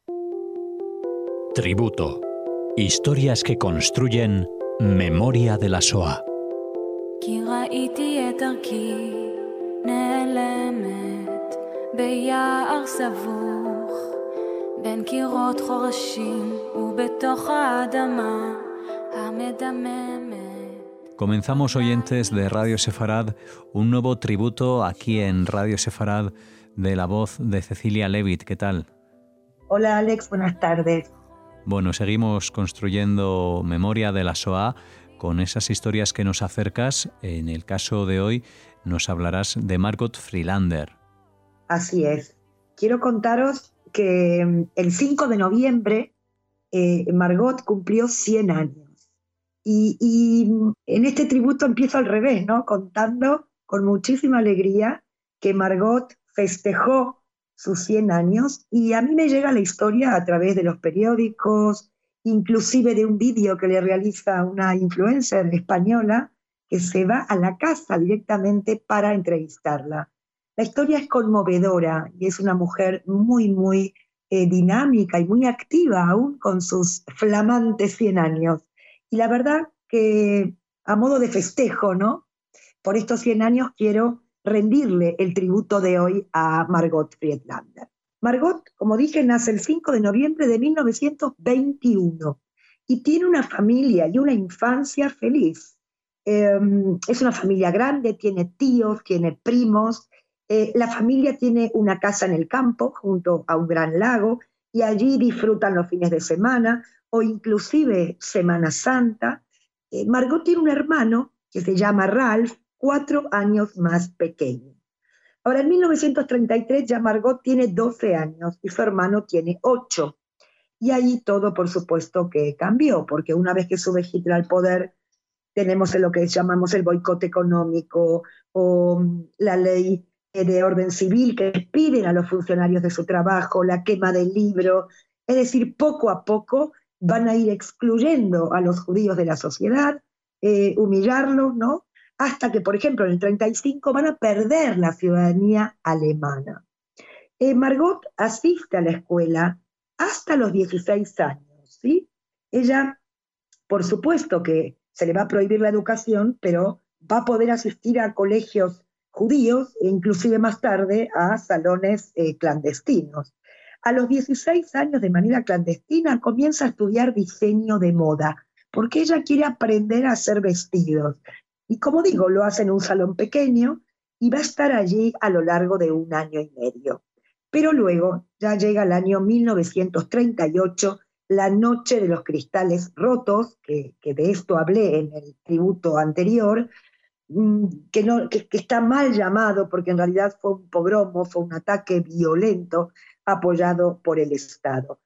Tributo. Historias que construyen memoria de la Shoah. כי ראיתי את דרכי נעלמת ביער סבוך בין קירות חורשים ובתוך האדמה המדממת. Comenzamos, oyentes de Radio Sefarad, un nuevo tributo aquí en Radio Sefarad de la voz de Cecilia Levitt. ¿Qué tal? Hola Alex, buenas tardes. Bueno, seguimos construyendo memoria de la Shoah con esas historias que nos acercas. En el caso de hoy nos hablarás de Margot Friedlander. Así es. Quiero contaros que el 5 de noviembre Margot cumplió 100 años. Y en este tributo empiezo al revés, ¿no? Contando con muchísima alegría que Margot festejó sus 100 años, y a mí me llega la historia a través de los periódicos, inclusive de un vídeo que le realiza una influencer española que se va a la casa directamente para entrevistarla. La historia es conmovedora y es una mujer muy dinámica y muy activa aún con sus flamantes 100 años. Y la verdad que a modo de festejo, ¿no? Por estos 100 años quiero rendirle el tributo de hoy a Margot Friedlander. Margot, como dije, nace el 5 de noviembre de 1921 y tiene una familia y una infancia feliz. Es una familia grande, tiene tíos, tiene primos. La familia tiene una casa en el campo junto a un gran lago y allí disfrutan los fines de semana o inclusive Semana Santa. Margot tiene un hermano que se llama Ralph, 4 años más pequeño. Ahora, en 1933 ya Margot tiene 12 años y su hermano tiene 8. Y ahí todo, por supuesto, que cambió, porque una vez que sube Hitler al poder, tenemos lo que llamamos el boicot económico o la ley de orden civil que despiden a los funcionarios de su trabajo, la quema del libro. Es decir, poco a poco van a ir excluyendo a los judíos de la sociedad, humillarlos, ¿no? Hasta que, por ejemplo, en el 35 van a perder la ciudadanía alemana. Margot asiste a la escuela hasta los 16 años, ¿sí? Ella, por supuesto que se le va a prohibir la educación, pero va a poder asistir a colegios judíos e inclusive más tarde a salones clandestinos. A los 16 años, de manera clandestina, comienza a estudiar diseño de moda, porque ella quiere aprender a hacer vestidos. Y como digo, lo hace en un salón pequeño y va a estar allí a lo largo de 1 año y medio. Pero luego ya llega el año 1938, la noche de los cristales rotos, que de esto hablé en el tributo anterior, que está mal llamado porque en realidad fue un pogromo, fue un ataque violento apoyado por el Estado.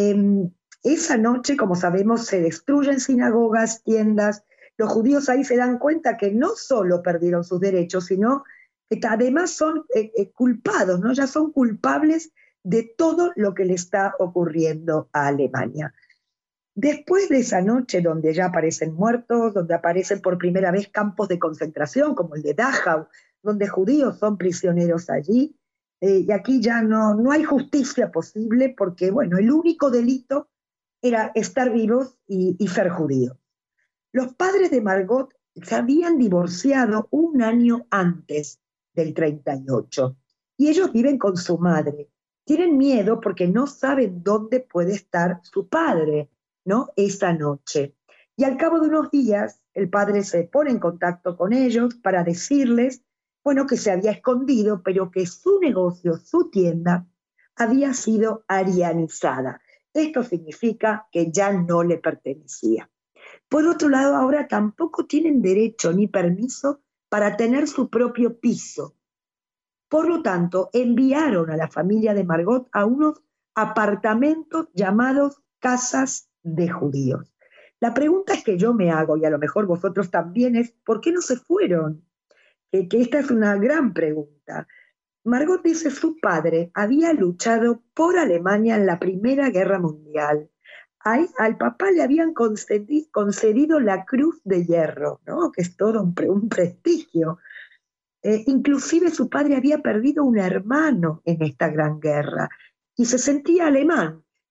Esa noche, como sabemos, se destruyen sinagogas, tiendas. Los judíos ahí se dan cuenta que no solo perdieron sus derechos, sino que además son culpados, ¿no? Ya son culpables de todo lo que le está ocurriendo a Alemania. Después de esa noche donde ya aparecen muertos, donde aparecen por primera vez campos de concentración, como el de Dachau, donde judíos son prisioneros allí, y aquí ya no hay justicia posible porque, bueno, el único delito era estar vivos y ser judíos. Los padres de Margot se habían divorciado 1 año antes del 38 y ellos viven con su madre. Tienen miedo porque no saben dónde puede estar su padre, ¿no? Esa noche. Y al cabo de unos días, el padre se pone en contacto con ellos para decirles, bueno, que se había escondido, pero que su negocio, su tienda, había sido arianizada. Esto significa que ya no le pertenecía. Por otro lado, ahora tampoco tienen derecho ni permiso para tener su propio piso. Por lo tanto, enviaron a la familia de Margot a unos apartamentos llamados casas de judíos. La pregunta es que yo me hago, y a lo mejor vosotros también, es ¿por qué no se fueron? Que esta es una gran pregunta. Margot dice su padre había luchado por Alemania en la Primera Guerra Mundial. Al papá le habían concedido la Cruz de Hierro, ¿no? Que es todo un prestigio. Inclusive su padre había perdido un hermano en esta gran guerra y se sentía alemán.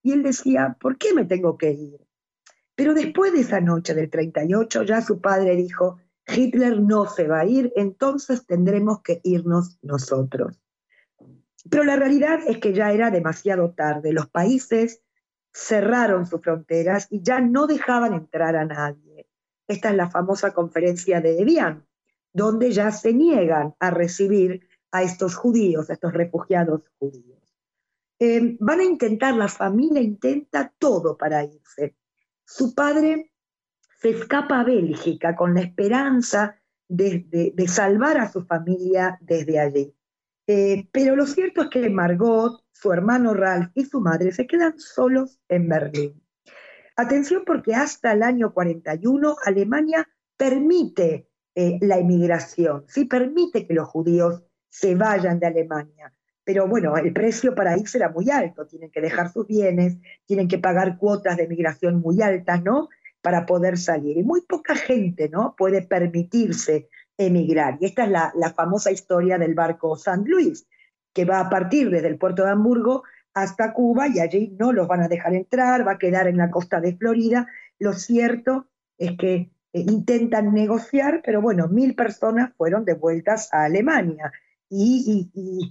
Y él decía, ¿por qué me tengo que ir? Pero después de esa noche del 38, ya su padre dijo, Hitler no se va a ir, entonces tendremos que irnos nosotros. Pero la realidad es que ya era demasiado tarde. Los países cerraron sus fronteras y ya no dejaban entrar a nadie. Esta es la famosa conferencia de Evian, donde ya se niegan a recibir a estos judíos, a estos refugiados judíos. Van a intentar, la familia intenta todo para irse. Su padre se escapa a Bélgica con la esperanza de salvar a su familia desde allí. Pero lo cierto es que Margot, su hermano Ralph y su madre se quedan solos en Berlín. Atención, porque hasta el año 41 Alemania permite la emigración, ¿sí? Permite que los judíos se vayan de Alemania. Pero bueno, el precio para irse era muy alto, tienen que dejar sus bienes, tienen que pagar cuotas de migración muy altas, ¿no? Para poder salir. Y muy poca gente, ¿no? Puede permitirse emigrar. Y esta es la famosa historia del barco St. Louis, que va a partir desde el puerto de Hamburgo hasta Cuba y allí no los van a dejar entrar, va a quedar en la costa de Florida. Lo cierto es que intentan negociar, pero bueno, 1.000 personas fueron devueltas a Alemania y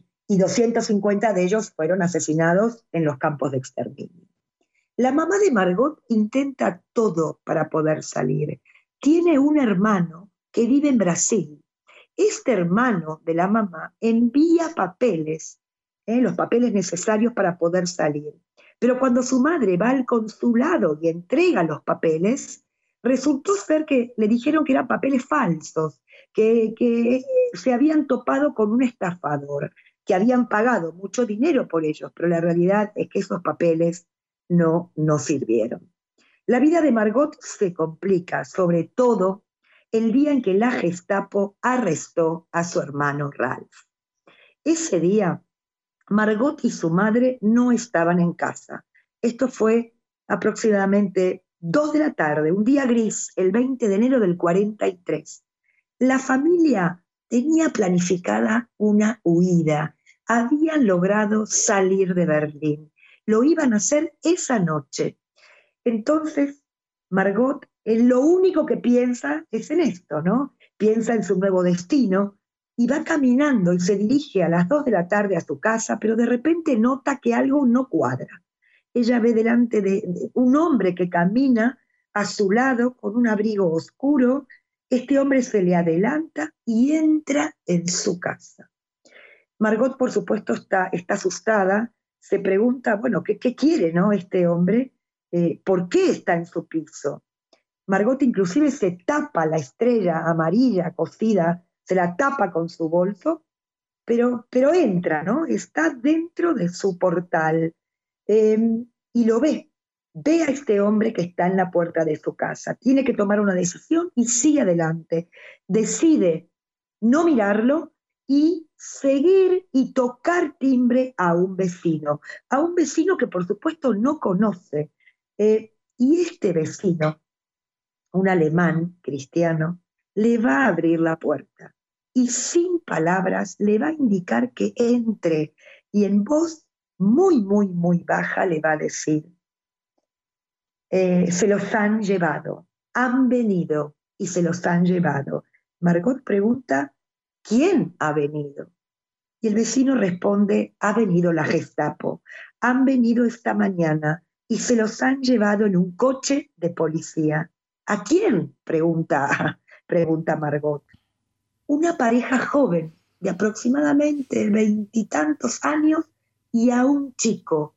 250 de ellos fueron asesinados en los campos de exterminio. La mamá de Margot intenta todo para poder salir. Tiene un hermano que vive en Brasil. Este hermano de la mamá envía papeles, los papeles necesarios para poder salir. Pero cuando su madre va al consulado y entrega los papeles, resultó ser que le dijeron que eran papeles falsos, que se habían topado con un estafador, que habían pagado mucho dinero por ellos, pero la realidad es que esos papeles no sirvieron. La vida de Margot se complica, sobre todo el día en que la Gestapo arrestó a su hermano Ralph. Ese día, Margot y su madre no estaban en casa. Esto fue aproximadamente 2 de la tarde, un día gris, el 20 de enero del 43. La familia tenía planificada una huida. Habían logrado salir de Berlín. Lo iban a hacer esa noche. Entonces, Margot, lo único que piensa es en esto, ¿no? Piensa en su nuevo destino y va caminando y se dirige a las 2 de la tarde a su casa, pero de repente nota que algo no cuadra. Ella ve delante de un hombre que camina a su lado con un abrigo oscuro. Este hombre se le adelanta y entra en su casa. Margot, por supuesto, está asustada, se pregunta, bueno, ¿qué quiere, no, este hombre? ¿Por qué está en su piso? Margot inclusive se tapa la estrella amarilla cosida, se la tapa con su bolso, pero entra, ¿no? Está dentro de su portal y lo ve a este hombre que está en la puerta de su casa. Tiene que tomar una decisión y sigue adelante. Decide no mirarlo y seguir y tocar timbre a un vecino que por supuesto no conoce. Y este vecino, un alemán cristiano, le va a abrir la puerta y sin palabras le va a indicar que entre y en voz muy, muy, muy baja le va a decir, se los han llevado, han venido y se los han llevado. Margot pregunta, ¿quién ha venido? Y el vecino responde, ha venido la Gestapo, han venido esta mañana y se los han llevado en un coche de policía. ¿A quién? Pregunta Margot. Una pareja joven de aproximadamente 20 y tantos años y a un chico.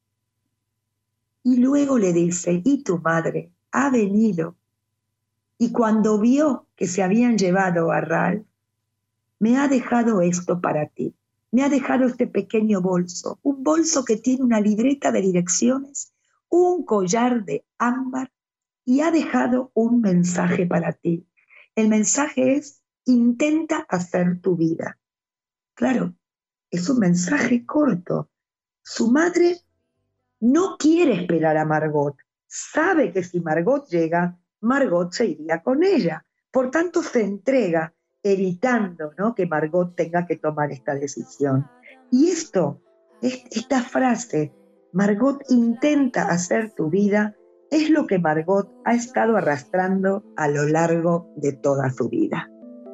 Y luego le dice, ¿y tu madre? Ha venido. Y cuando vio que se habían llevado a Ralph, me ha dejado esto para ti. Me ha dejado este pequeño bolso, un bolso que tiene una libreta de direcciones, un collar de ámbar y ha dejado un mensaje para ti. El mensaje es, intenta hacer tu vida. Claro, es un mensaje corto. Su madre no quiere esperar a Margot. Sabe que si Margot llega, Margot se iría con ella. Por tanto, se entrega, evitando, ¿no?, que Margot tenga que tomar esta decisión. Y esta frase Margot intenta hacer tu vida es lo que Margot ha estado arrastrando a lo largo de toda su vida.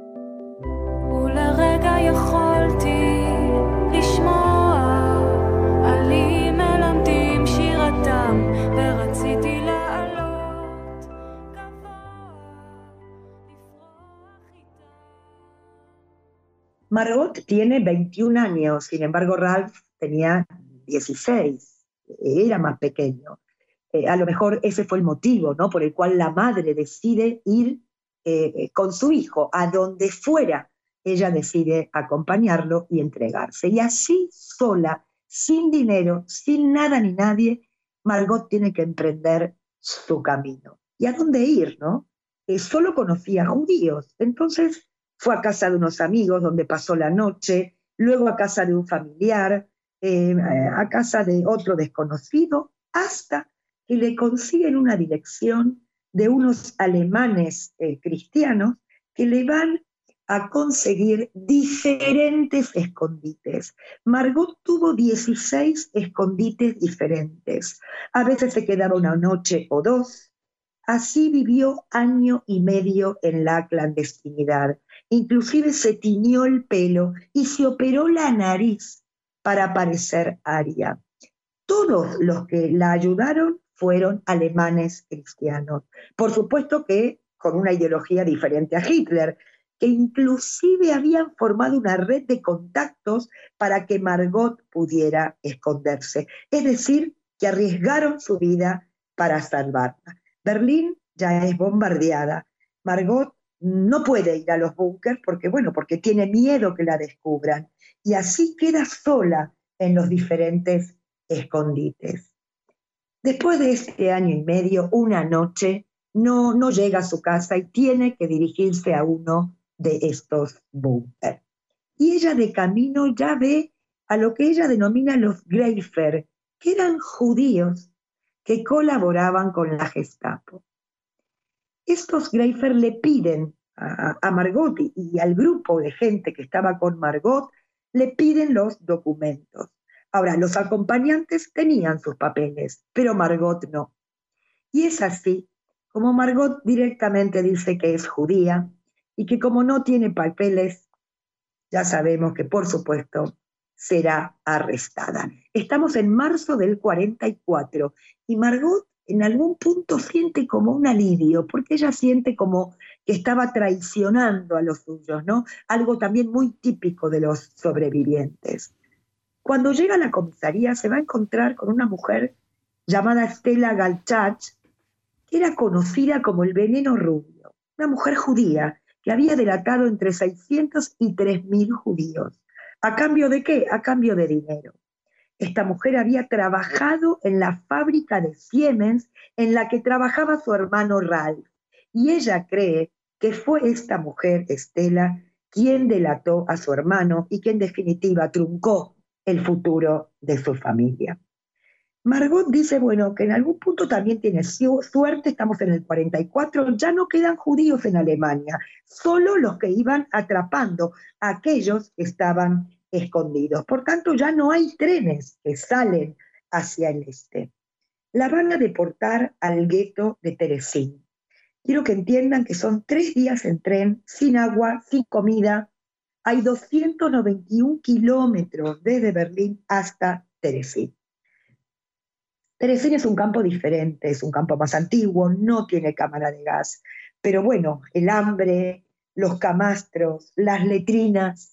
Margot tiene 21 años, sin embargo Ralph tenía 16, era más pequeño. A lo mejor ese fue el motivo, ¿no?, por el cual la madre decide ir con su hijo, a donde fuera, ella decide acompañarlo y entregarse. Y así, sola, sin dinero, sin nada ni nadie, Margot tiene que emprender su camino. ¿Y a dónde ir, no? Solo conocía judíos, entonces fue a casa de unos amigos donde pasó la noche, luego a casa de un familiar, a casa de otro desconocido, hasta que le consiguen una dirección de unos alemanes cristianos que le van a conseguir diferentes escondites. Margot tuvo 16 escondites diferentes. A veces se quedaba una noche o dos. Así vivió 1 año y medio en la clandestinidad. Inclusive se tiñó el pelo y se operó la nariz para parecer aria. Todos los que la ayudaron fueron alemanes cristianos. Por supuesto que con una ideología diferente a Hitler, que inclusive habían formado una red de contactos para que Margot pudiera esconderse. Es decir, que arriesgaron su vida para salvarla. Berlín ya es bombardeada. Margot no puede ir a los búnkers porque tiene miedo que la descubran. Y así queda sola en los diferentes escondites. Después de este 1 año y medio, una noche, no llega a su casa y tiene que dirigirse a uno de estos búnkers. Y ella de camino ya ve a lo que ella denomina los Greifer, que eran judíos que colaboraban con la Gestapo. Estos Greifer le piden a Margot y al grupo de gente que estaba con Margot, le piden los documentos. Ahora, los acompañantes tenían sus papeles, pero Margot no. Y es así como Margot directamente dice que es judía y que como no tiene papeles, ya sabemos que por supuesto será arrestada. Estamos en marzo del 44 y Margot en algún punto siente como un alivio, porque ella siente como que estaba traicionando a los suyos, ¿no? Algo también muy típico de los sobrevivientes. Cuando llega a la comisaría se va a encontrar con una mujer llamada Stella Galchach, que era conocida como el veneno rubio, una mujer judía que había delatado entre 600 y 3.000 judíos. ¿A cambio de qué? A cambio de dinero. Esta mujer había trabajado en la fábrica de Siemens en la que trabajaba su hermano Ralph. Y ella cree que fue esta mujer, Stella, quien delató a su hermano y que en definitiva truncó el futuro de su familia. Margot dice, bueno, que en algún punto también tiene suerte, estamos en el 44, ya no quedan judíos en Alemania, solo los que iban atrapando a aquellos que estaban escondidos. Por tanto, ya no hay trenes que salen hacia el este. La van a deportar al gueto de Terezín. Quiero que entiendan que son 3 días en tren, sin agua, sin comida. Hay 291 kilómetros desde Berlín hasta Terezín. Terezín es un campo diferente, es un campo más antiguo, no tiene cámara de gas. Pero bueno, el hambre, los camastros, las letrinas.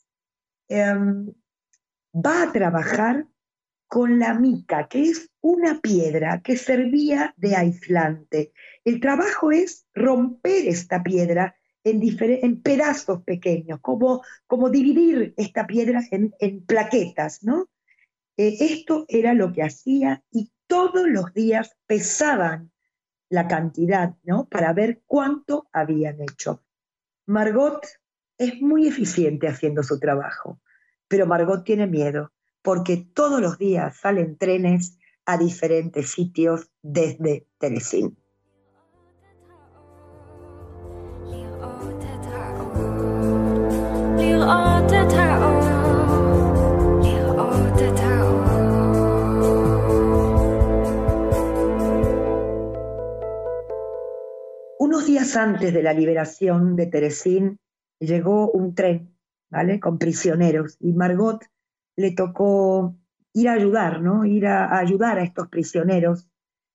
Va a trabajar con la mica, que es una piedra que servía de aislante. El trabajo es romper esta piedra en pedazos pequeños, como dividir esta piedra en plaquetas, ¿no? Esto era lo que hacía y todos los días pesaban la cantidad, ¿no?, para ver cuánto habían hecho. Margot es muy eficiente haciendo su trabajo, pero Margot tiene miedo porque todos los días salen trenes a diferentes sitios desde Terezín. días antes de la liberación de Teresín llegó un tren, ¿vale?, con prisioneros, y Margot le tocó ir a ayudar, ¿no?, ir a ayudar a estos prisioneros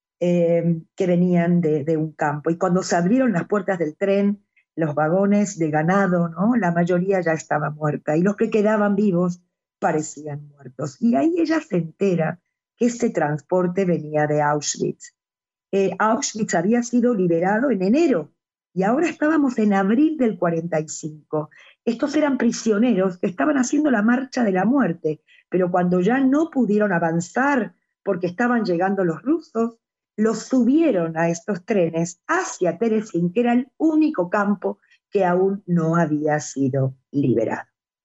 que venían de un campo. Y cuando se abrieron las puertas del tren, los vagones de ganado, ¿no?, la mayoría ya estaba muerta, y los que quedaban vivos parecían muertos. Y ahí ella se entera que este transporte venía de Auschwitz. Auschwitz había sido liberado en enero, y ahora estábamos en abril del 45. Estos eran prisioneros que estaban haciendo la marcha de la muerte, pero cuando ya no pudieron avanzar porque estaban llegando los rusos, los subieron a estos trenes hacia Terezín, que era el único campo que aún no había sido liberado.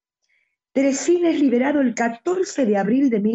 Terezín es liberado el 14 de abril de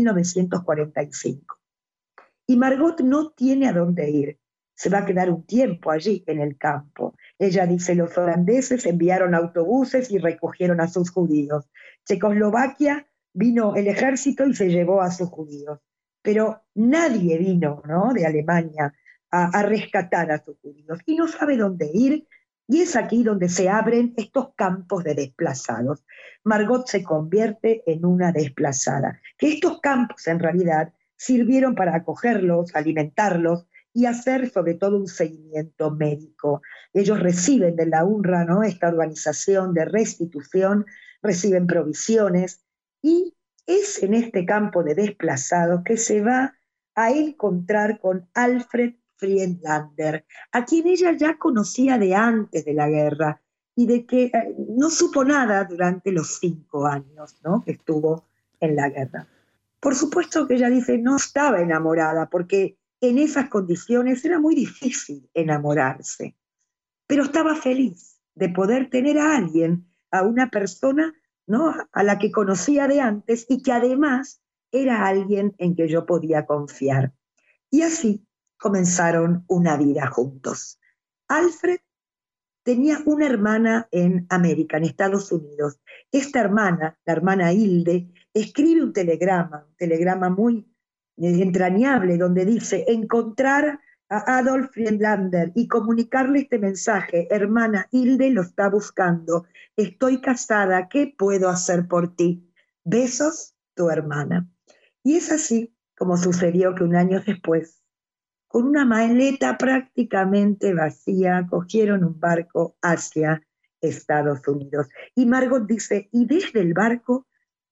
1945. Y Margot no tiene a dónde ir. Se va a quedar un tiempo allí en el campo. Ella dice, los holandeses enviaron autobuses y recogieron a sus judíos. Checoslovaquia vino el ejército y se llevó a sus judíos. Pero nadie vino, ¿no?, de Alemania a rescatar a sus judíos. Y no sabe dónde ir. Y es aquí donde se abren estos campos de desplazados. Margot se convierte en una desplazada. Que estos campos en realidad sirvieron para acogerlos, alimentarlos y hacer sobre todo un seguimiento médico. Ellos reciben de la UNRWA, ¿no?, esta organización de restitución, reciben provisiones, y es en este campo de desplazados que se va a encontrar con Alfred Friedlander, a quien ella ya conocía de antes de la guerra y de que no supo nada durante los 5 años, ¿no?, que estuvo en la guerra. Por supuesto que ella dice no estaba enamorada, porque en esas condiciones era muy difícil enamorarse, pero estaba feliz de poder tener a alguien, a una persona, ¿no?, a la que conocía de antes y que además era alguien en que yo podía confiar. Y así comenzaron una vida juntos. Alfred tenía una hermana en América, en Estados Unidos. Esta hermana, la hermana Hilde, escribe un telegrama muy entrañable, donde dice: encontrar a Adolf Friedlander y comunicarle este mensaje. Hermana, Hilde lo está buscando. Estoy casada, ¿qué puedo hacer por ti? Besos, tu hermana. Y es así como sucedió que un año después, con una maleta prácticamente vacía, cogieron un barco hacia Estados Unidos. Y Margot dice, y desde el barco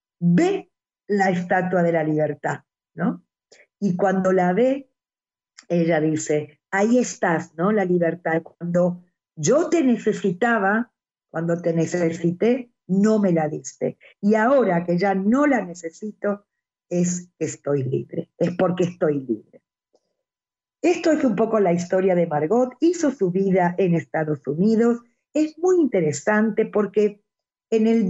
ve la Estatua de la Libertad, ¿no? Y cuando la ve, ella dice, ahí estás, ¿no?, la libertad. Cuando yo te necesitaba, cuando te necesité, no me la diste. Y ahora que ya no la necesito, es que estoy libre, es porque estoy libre. Esto es un poco la historia de Margot. Hizo su vida en Estados Unidos. Es muy interesante porque en el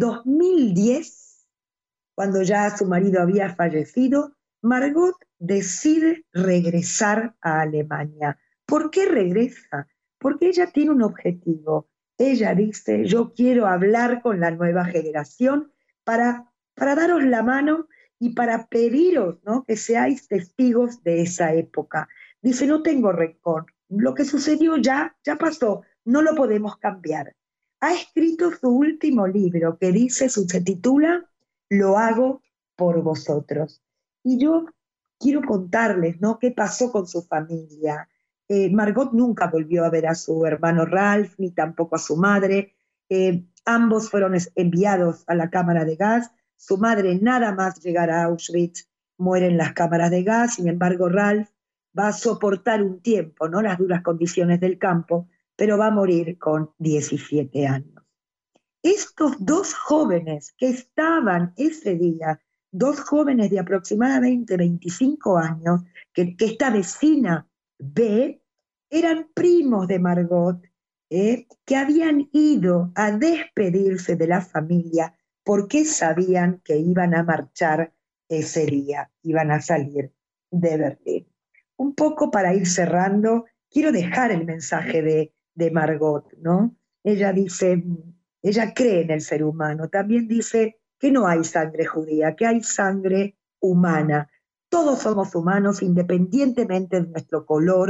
2010, cuando ya su marido había fallecido, Margot decide regresar a Alemania. ¿Por qué regresa? Porque ella tiene un objetivo. Ella dice, yo quiero hablar con la nueva generación para daros la mano y para pediros, ¿no?, que seáis testigos de esa época. Dice, no tengo rencor. Lo que sucedió ya pasó. No lo podemos cambiar. Ha escrito su último libro que se titula Lo hago por vosotros. Y yo quiero contarles, ¿no?, qué pasó con su familia. Margot nunca volvió a ver a su hermano Ralph, ni tampoco a su madre. Ambos fueron enviados a la cámara de gas. Su madre, nada más llegar a Auschwitz, muere en las cámaras de gas. Sin embargo, Ralph va a soportar un tiempo, ¿no?, las duras condiciones del campo, pero va a morir con 17 años. Estos 2 jóvenes que estaban ese día, 2 jóvenes de aproximadamente 25 años, que esta vecina ve, eran primos de Margot, que habían ido a despedirse de la familia porque sabían que iban a marchar ese día, iban a salir de Berlín. Un poco para ir cerrando, quiero dejar el mensaje de Margot, ¿no? Ella dice, ella cree en el ser humano, también dice que no hay sangre judía, que hay sangre humana. Todos somos humanos independientemente de nuestro color,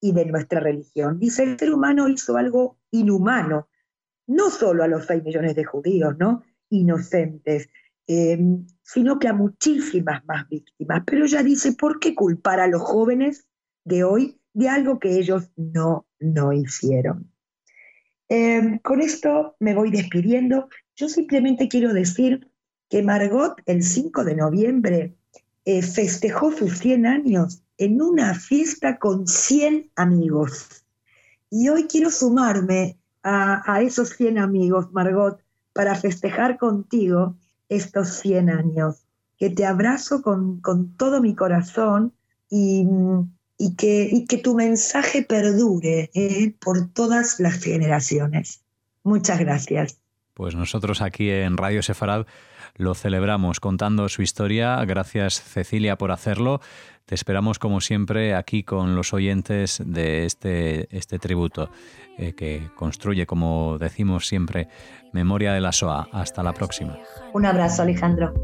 y de nuestra religión. Dice, el ser humano hizo algo inhumano, no solo a los 6 millones de judíos, ¿no?, inocentes, sino que a muchísimas más víctimas. Pero ella dice, ¿por qué culpar a los jóvenes de hoy de algo que ellos no hicieron? Con esto me voy despidiendo. Yo simplemente quiero decir que Margot el 5 de noviembre festejó sus 100 años en una fiesta con 100 amigos. Y hoy quiero sumarme a esos 100 amigos, Margot, para festejar contigo estos 100 años. Que te abrazo con todo mi corazón y que tu mensaje perdure por todas las generaciones. Muchas gracias. Pues nosotros aquí en Radio Sefarad lo celebramos contando su historia. Gracias, Cecilia, por hacerlo. Te esperamos, como siempre, aquí con los oyentes de este tributo que construye, como decimos siempre, memoria de la Shoah. Hasta la próxima. Un abrazo, Alejandro.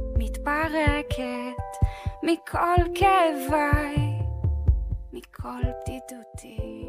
מכל בדידותי